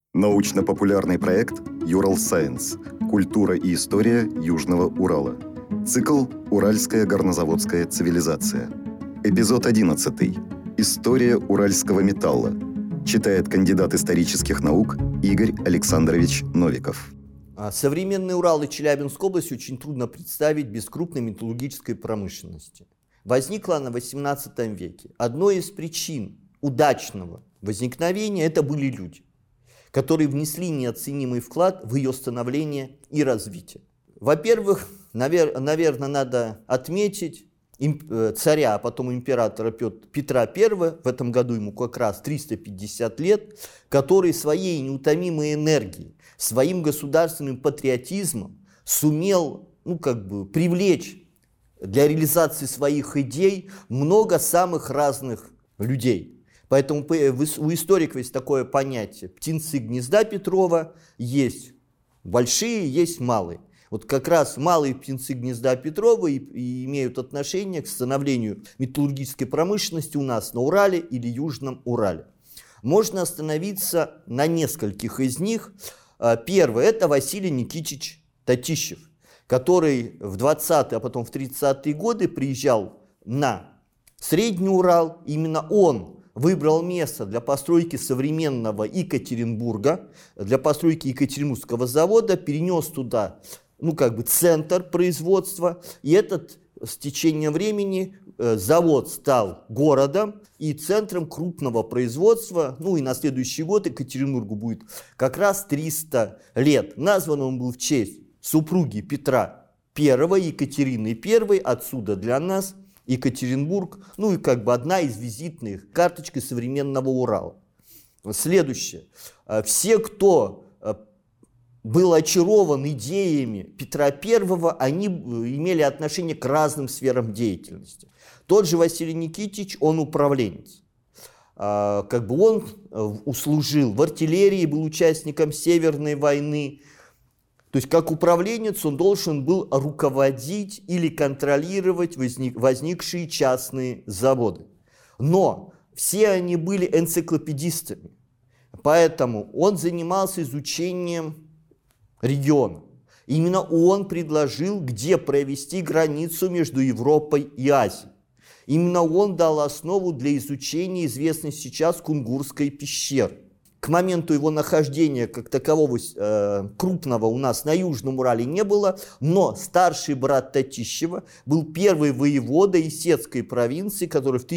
Научно-популярный проект «Ural Science. Культура и история Южного Урала». Цикл «Уральская горнозаводская цивилизация». Эпизод 11. История уральского металла. Читает кандидат исторических наук Игорь Александрович Новиков. Современный Урал и Челябинскую область очень трудно представить без крупной металлургической промышленности. Возникла она в XVIII веке. Одной из причин удачного возникновения это были люди, которые внесли неоценимый вклад в ее становление и развитие. Во-первых, наверное, надо отметить царя, а потом императора Петра I, в этом году ему как раз 350 лет, который своей неутомимой энергией, своим государственным патриотизмом сумел привлечь для реализации своих идей много самых разных людей. Поэтому у историков есть такое понятие: птенцы гнезда Петрова, есть большие, есть малые. Вот как раз малые птенцы гнезда Петрова и имеют отношение к становлению металлургической промышленности у нас на Урале или Южном Урале. Можно остановиться на нескольких из них. Первый – это Василий Никитич Татищев, который в 20-е, а потом в 30-е годы приезжал на Средний Урал. Именно он выбрал место для постройки современного Екатеринбурга, для постройки Екатеринбургского завода, перенес туда центр производства, и этот с течением времени завод стал городом и центром крупного производства. И на следующий год Екатеринбургу будет как раз 300 лет. Назван он был в честь супруги Петра I, Екатерины I, отсюда для нас Екатеринбург, одна из визитных карточек современного Урала. Следующее. Все, кто был очарован идеями Петра I, они имели отношение к разным сферам деятельности. Тот же Василий Никитич, он управленец. Он услужил в артиллерии, был участником Северной войны. То есть, как управленец, он должен был руководить или контролировать возникшие частные заводы. Но все они были энциклопедистами. Поэтому он занимался изучением региона. Именно он предложил, где провести границу между Европой и Азией. Именно он дал основу для изучения известной сейчас Кунгурской пещеры. К моменту его нахождения как такового крупного у нас на Южном Урале не было, но старший брат Татищева был первый воевода Исетской провинции, который в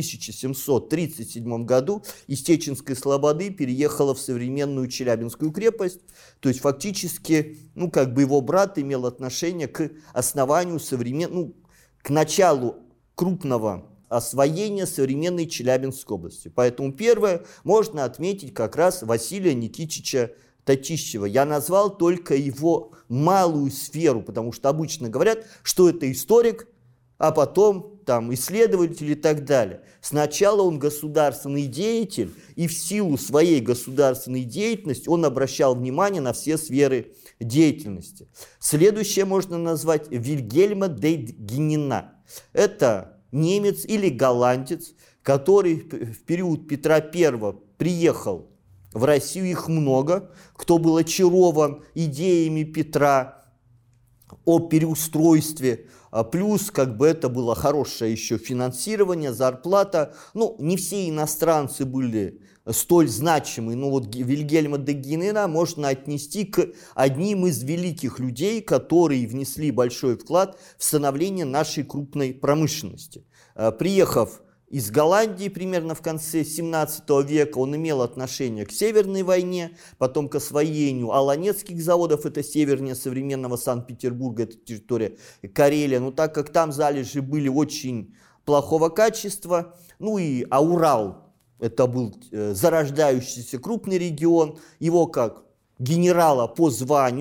1737 году из Теченской слободы переехала в современную Челябинскую крепость. То есть фактически его брат имел отношение к основанию к началу крупного освоения современной Челябинской области. Поэтому первое можно отметить как раз Василия Никитича Татищева. Я назвал только его малую сферу, потому что обычно говорят, что это историк, а потом исследователь и так далее. Сначала он государственный деятель, и в силу своей государственной деятельности он обращал внимание на все сферы деятельности. Следующее можно назвать Вильгельма де Гинина. Это немец или голландец, который в период Петра I приехал в Россию, их много, кто был очарован идеями Петра о переустройстве, плюс это было хорошее еще финансирование, зарплата. Не все иностранцы были столь значимы, но Вильгельма де Гинина можно отнести к одним из великих людей, которые внесли большой вклад в становление нашей крупной промышленности. Приехав из Голландии примерно в конце 17 века, он имел отношение к Северной войне, потом к освоению аланецких заводов, это севернее современного Санкт-Петербурга, это территория Карелия, но так как там залежи были очень плохого качества, а Урал это был зарождающийся крупный регион, его как генерала по званию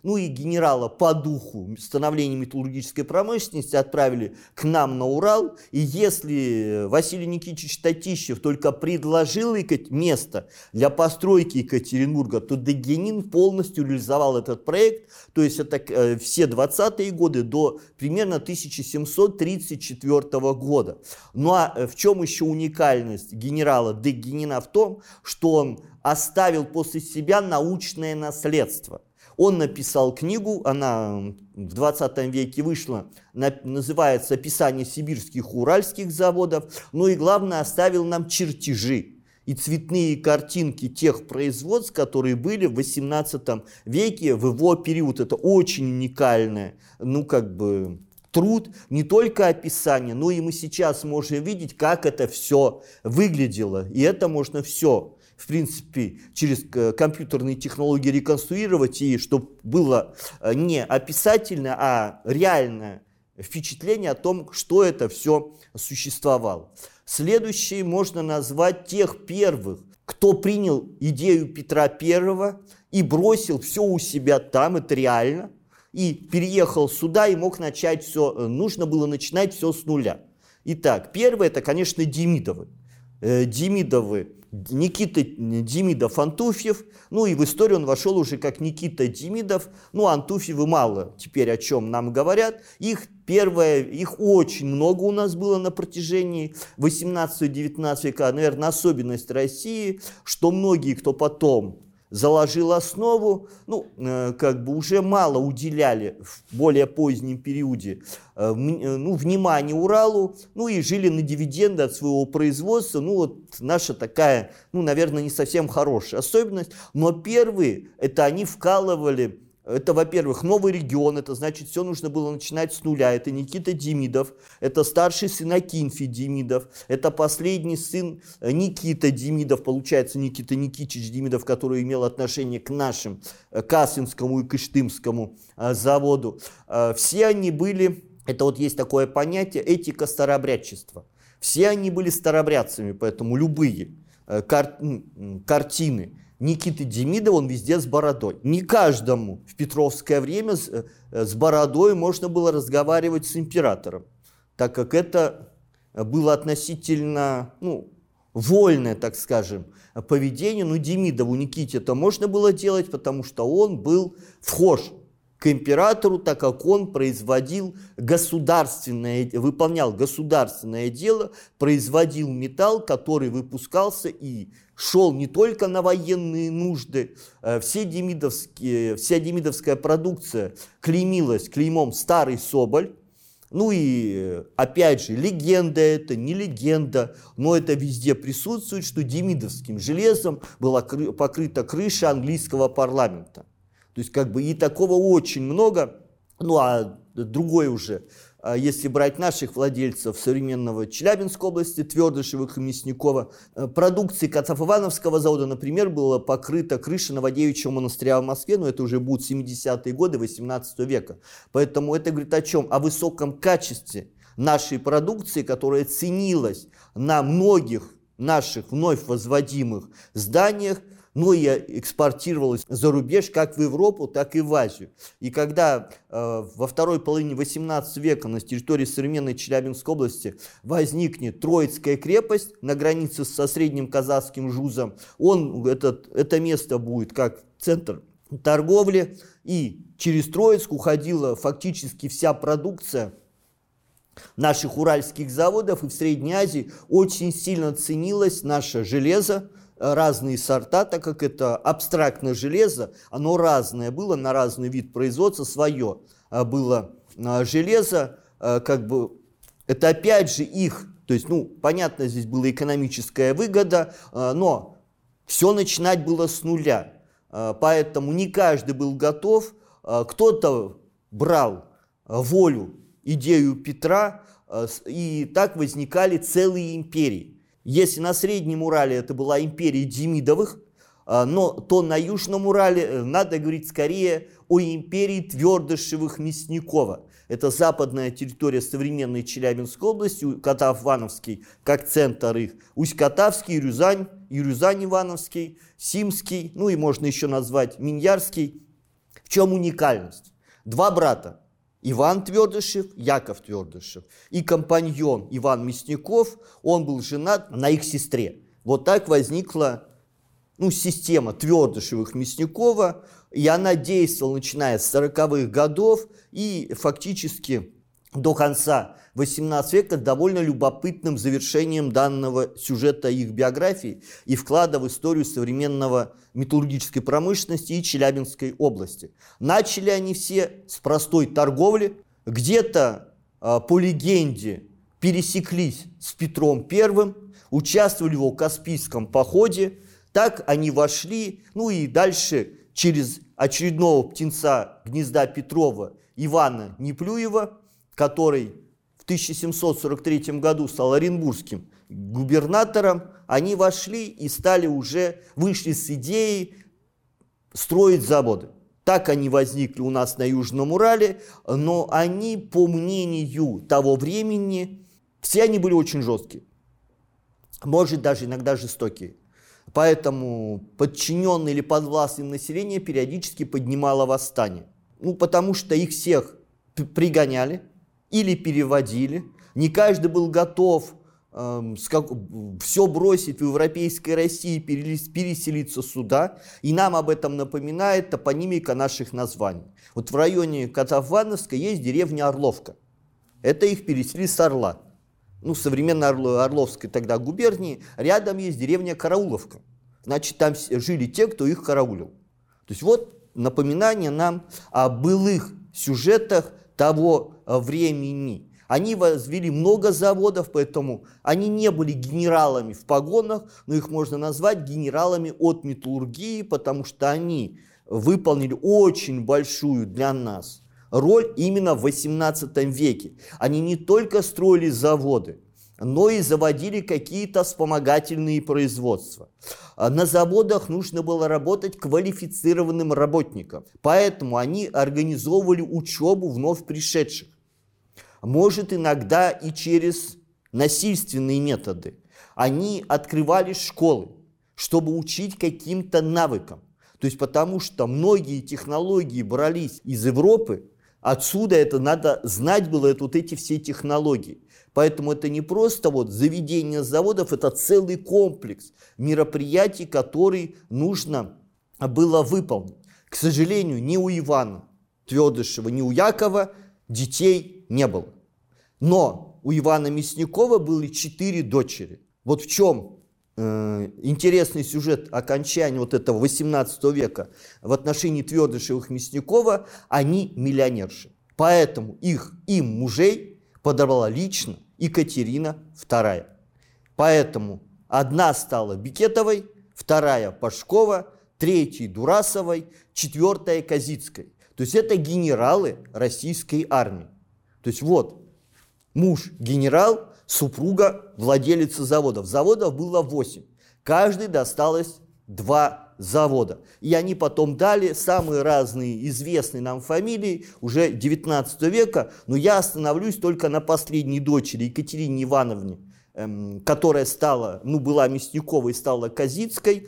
ну и генерала по духу становления металлургической промышленности отправили к нам на Урал. И если Василий Никитич Татищев только предложил место для постройки Екатеринбурга, то Дагенин полностью реализовал этот проект. То есть это все 20-е годы до примерно 1734 года. Ну а в чем еще уникальность генерала Дагенина? В том, что он оставил после себя научное наследство. Он написал книгу, она в 20 веке вышла, называется «Описание сибирских и уральских заводов», ну и главное, оставил нам чертежи и цветные картинки тех производств, которые были в 18 веке, в его период. Это очень уникальное, труд, не только описание, но и мы сейчас можем видеть, как это все выглядело. И это можно все, в принципе, через компьютерные технологии реконструировать, и чтобы было не описательное, а реальное впечатление о том, что это все существовало. Следующие можно назвать тех первых, кто принял идею Петра I и бросил все у себя там, это реально, и переехал сюда и мог начать все, нужно было начинать все с нуля. Итак, первое, это, конечно, Демидовы. Никита Демидов-Антуфьев, ну и в историю он вошел уже как Никита Демидов, ну Антуфьевы мало теперь о чем нам говорят, их очень много у нас было на протяжении 18-19 века, наверное, особенность России, что многие, кто потом заложил основу, уже мало уделяли в более позднем периоде внимания Уралу, и жили на дивиденды от своего производства. Наша такая, наверное, не совсем хорошая особенность. Но первые, это они вкалывали. Это, во-первых, новый регион, это значит, все нужно было начинать с нуля. Это Никита Демидов, это старший сын Акинфий Демидов, это последний сын Никита Демидов, получается Никита Никитич Демидов, который имел отношение к нашим Касинскому и Кыштымскому заводу. Все они были, это вот есть такое понятие, этика старообрядчества. Все они были старообрядцами, поэтому любые картины Никиты Демидова, он везде с бородой. Не каждому в петровское время с бородой можно было разговаривать с императором, так как это было относительно вольное, так скажем, поведение. Но Демидову, Никите это можно было делать, потому что он был вхож к императору, так как он выполнял государственное дело, производил металл, который выпускался и шел не только на военные нужды. Вся демидовская продукция клеймилась клеймом «Старый Соболь». И опять же, легенда это, не легенда, но это везде присутствует, что демидовским железом была покрыта крыша английского парламента. То есть и такого очень много. А другой уже, если брать наших владельцев современного Челябинской области, Твердышевых и Мясникова, продукции Кацав-Ивановского завода, например, была покрыта крыша Новодевичьего монастыря в Москве, но это уже будут 70-е годы 18 века. Поэтому это говорит о чем? О высоком качестве нашей продукции, которая ценилась на многих наших вновь возводимых зданиях, и экспортировалась за рубеж как в Европу, так и в Азию. И когда во второй половине 18 века на территории современной Челябинской области возникнет Троицкая крепость на границе со Средним Казахским Жузом, это место будет как центр торговли, и через Троицк уходила фактически вся продукция наших уральских заводов, и в Средней Азии очень сильно ценилось наше железо, разные сорта, так как это абстрактное железо, оно разное было, на разный вид производства свое было железо, это опять же их, то есть, понятно, здесь была экономическая выгода, но все начинать было с нуля, поэтому не каждый был готов, кто-то брал волю, идею Петра, и так возникали целые империи. Если на Среднем Урале это была империя Демидовых, то на Южном Урале надо говорить скорее о империи Твердышевых-Мясникова. Это западная территория современной Челябинской области, Катав-Ивановский как центр их, Усть-Катавский, Рязань-Ивановский, Симский, и можно еще назвать Миньярский, В чем уникальность? Два брата. Иван Твердышев, Яков Твердышев. И компаньон Иван Мясников, он был женат на их сестре. Вот так возникла система Твердышевых-Мясникова, и она действовала начиная с 40-х годов и фактически до конца 18 века довольно любопытным завершением данного сюжета их биографии и вклада в историю современного металлургической промышленности и Челябинской области. Начали они все с простой торговли, где-то по легенде пересеклись с Петром I, участвовали в его Каспийском походе, так они вошли, и дальше через очередного птенца гнезда Петрова Ивана Неплюева, который в 1743 году стал оренбургским губернатором, они вошли и вышли с идеей строить заводы. Так они возникли у нас на Южном Урале, но они, по мнению того времени, все они были очень жесткие, может даже иногда жестокие. Поэтому подчиненное или подвластное население периодически поднимало восстание. Потому что их всех пригоняли или переводили. Не каждый был готов все бросить в европейской России, переселиться сюда. И нам об этом напоминает топонимика наших названий. Вот в районе Котовановска есть деревня Орловка. Это их переселили с Орла. Современной Орловской тогда губернии. Рядом есть деревня Карауловка. Значит, там жили те, кто их караулил. То есть вот напоминание нам о былых сюжетах того времени. Они возвели много заводов, поэтому они не были генералами в погонах, но их можно назвать генералами от металлургии, потому что они выполнили очень большую для нас роль именно в XVIII веке. Они не только строили заводы, но и заводили какие-то вспомогательные производства. На заводах нужно было работать квалифицированным работникам, поэтому они организовывали учебу вновь пришедших. Может, иногда и через насильственные методы. Они открывали школы, чтобы учить каким-то навыкам. То есть потому что многие технологии брались из Европы, отсюда это надо знать было вот эти все технологии. Поэтому это не просто заведение заводов, это целый комплекс мероприятий, который нужно было выполнить. К сожалению, ни у Ивана Твердышева, ни у Якова детей не было. Но у Ивана Мясникова были 4 дочери. Вот в чем интересный сюжет окончания этого 18 века в отношении Твердышевых-Мясникова, они миллионерши. Поэтому им мужей подобрала лично Екатерина II. Поэтому одна стала Бекетовой, вторая Пашкова, третья Дурасовой, четвертая Козицкой. То есть это генералы российской армии. То есть муж генерал, супруга владелица заводов. Заводов было 8. Каждый досталось 2 завода. И они потом дали самые разные известные нам фамилии уже 19 века. Но я остановлюсь только на последней дочери Екатерине Ивановне, которая была Мясниковой и стала Козицкой.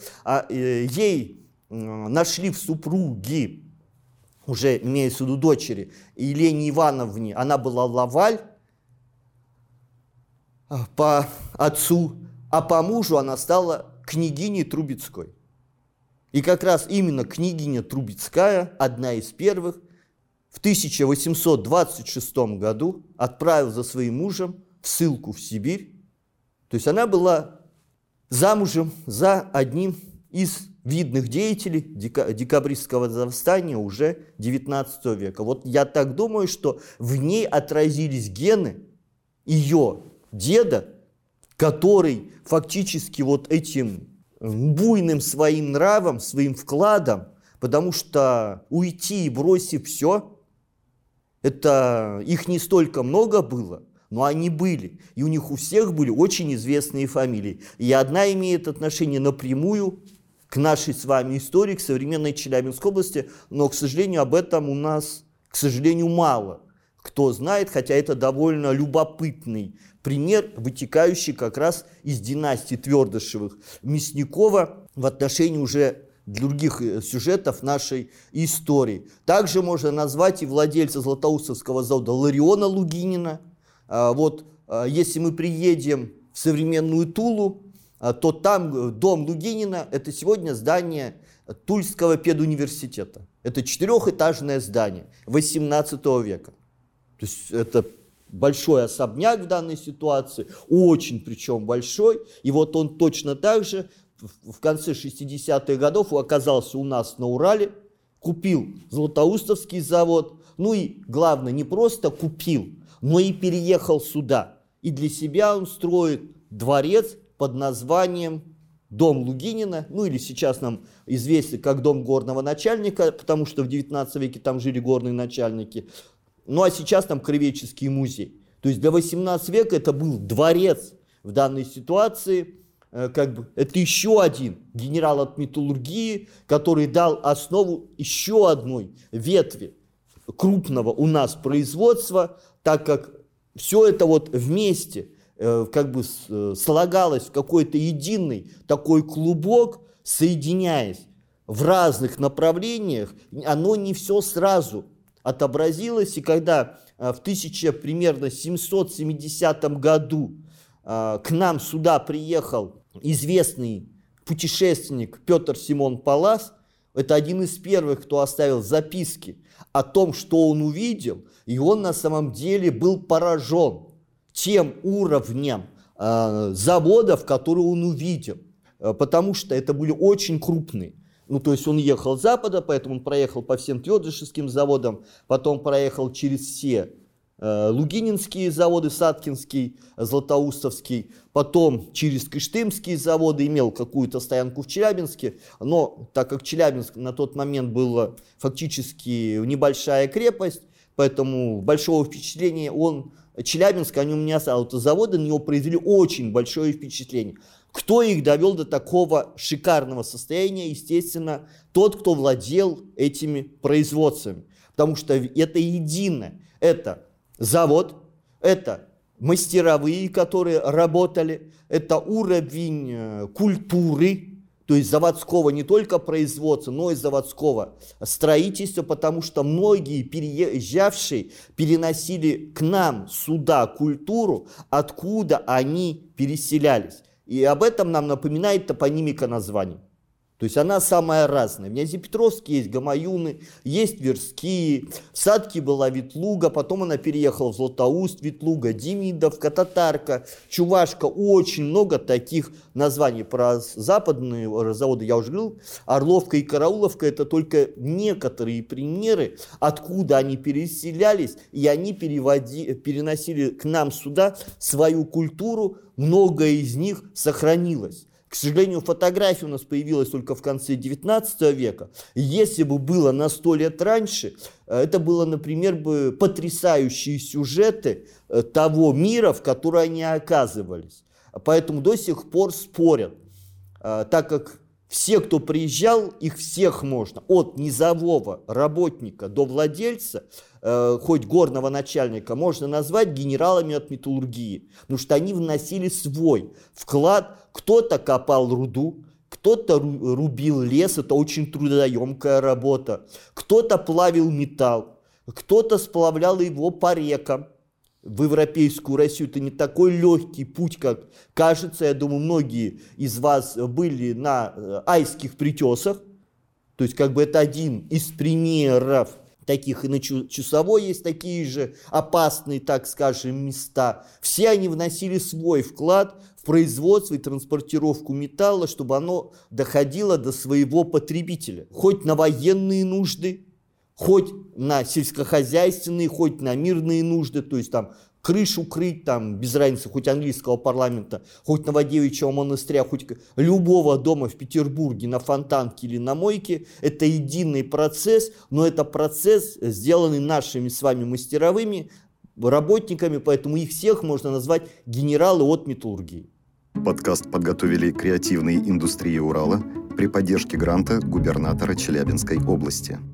Ей нашли в супруги, уже имеется в виду дочери, Елене Ивановне, она была Лаваль по отцу, а по мужу она стала княгиней Трубецкой. И как раз именно княгиня Трубецкая, одна из первых, в 1826 году отправила за своим мужем в ссылку в Сибирь. То есть она была замужем за одним из видных деятелей декабристского восстания уже 19 века. Вот я так думаю, что в ней отразились гены ее деда, который фактически этим буйным своим нравом, своим вкладом, потому что уйти, бросив все, это их не столько много было, но они были. И у них у всех были очень известные фамилии. И одна имеет отношение напрямую к нашей с вами истории, к современной Челябинской области, но, к сожалению, об этом у нас, к сожалению, мало кто знает, хотя это довольно любопытный пример, вытекающий как раз из династии Твердышевых Мясникова в отношении уже других сюжетов нашей истории. Также можно назвать и владельца Златоустовского завода Лариона Лугинина. Если мы приедем в современную Тулу, то там дом Лугинина – это сегодня здание Тульского педуниверситета. Это 4-этажное здание 18 века. То есть это большой особняк в данной ситуации, очень причем большой. И вот он точно так же в конце 60-х годов оказался у нас на Урале, купил Златоустовский завод. Ну и главное, не просто купил, но и переехал сюда. И для себя он строит дворец под названием Дом Лугинина, ну или сейчас нам известен как Дом горного начальника, потому что в 19 веке там жили горные начальники. Ну а сейчас там Краеведческий музей. То есть для 18 века это был дворец в данной ситуации. Это еще один генерал от металлургии, который дал основу еще одной ветви крупного у нас производства, так как все это вот вместе слагалось в какой-то единый такой клубок, соединяясь в разных направлениях, оно не все сразу отобразилось. И когда в 1770 году к нам сюда приехал известный путешественник Петр Симон Паллас, это один из первых, кто оставил записки о том, что он увидел, и он на самом деле был поражен тем уровнем заводов, которые он увидел, потому что это были очень крупные. Ну, то есть он ехал с запада, поэтому он проехал по всем Твердышевским заводам, потом проехал через все Лугининские заводы, Саткинский, Златоустовский, потом через Кыштымские заводы, имел какую-то стоянку в Челябинске, но так как Челябинск на тот момент была фактически небольшая крепость, поэтому большого впечатления Челябинск о нем не оставил. Заводы на него произвели очень большое впечатление. Кто их довел до такого шикарного состояния? Естественно, тот, кто владел этими производствами. Потому что это единое. Это завод, это мастеровые, которые работали, это уровень культуры, то есть заводского не только производства, но и заводского строительства, потому что многие переезжавшие переносили к нам сюда культуру, откуда они переселялись. И об этом нам напоминает топонимика названий. То есть она самая разная. В Нязепетровске есть Гамаюны, есть Тверские, в Садке была Ветлуга, потом она переехала в Златоуст, Ветлуга, Демидовка, Татарка, Чувашка. Очень много таких названий. Про западные заводы я уже говорил. Орловка и Карауловка — это только некоторые примеры, откуда они переселялись, и они переносили к нам сюда свою культуру. Многое из них сохранилось. К сожалению, фотография у нас появилась только в конце 19 века. Если бы было на 100 лет раньше, это было, например, потрясающие сюжеты того мира, в который они оказывались. Поэтому до сих пор спорят, так как все, кто приезжал, их всех можно, от низового работника до владельца, хоть горного начальника, можно назвать генералами от металлургии, потому что они вносили свой вклад. Кто-то копал руду, кто-то рубил лес, это очень трудоемкая работа, кто-то плавил металл, кто-то сплавлял его по рекам. В европейскую Россию это не такой легкий путь, как кажется. Я думаю, многие из вас были на Айских притесах, то есть это один из примеров таких, и на Чусовой есть такие же опасные, так скажем, места. Все они вносили свой вклад в производство и транспортировку металла, чтобы оно доходило до своего потребителя. Хоть на военные нужды, хоть на сельскохозяйственные, хоть на мирные нужды, то есть там крышу крыть, там, без разницы, хоть английского парламента, хоть Новодевичьего монастыря, хоть любого дома в Петербурге на Фонтанке или на Мойке. Это единый процесс, но это процесс, сделанный нашими с вами мастеровыми работниками, поэтому их всех можно назвать генералы от металлургии. Подкаст подготовили креативные индустрии Урала при поддержке гранта губернатора Челябинской области.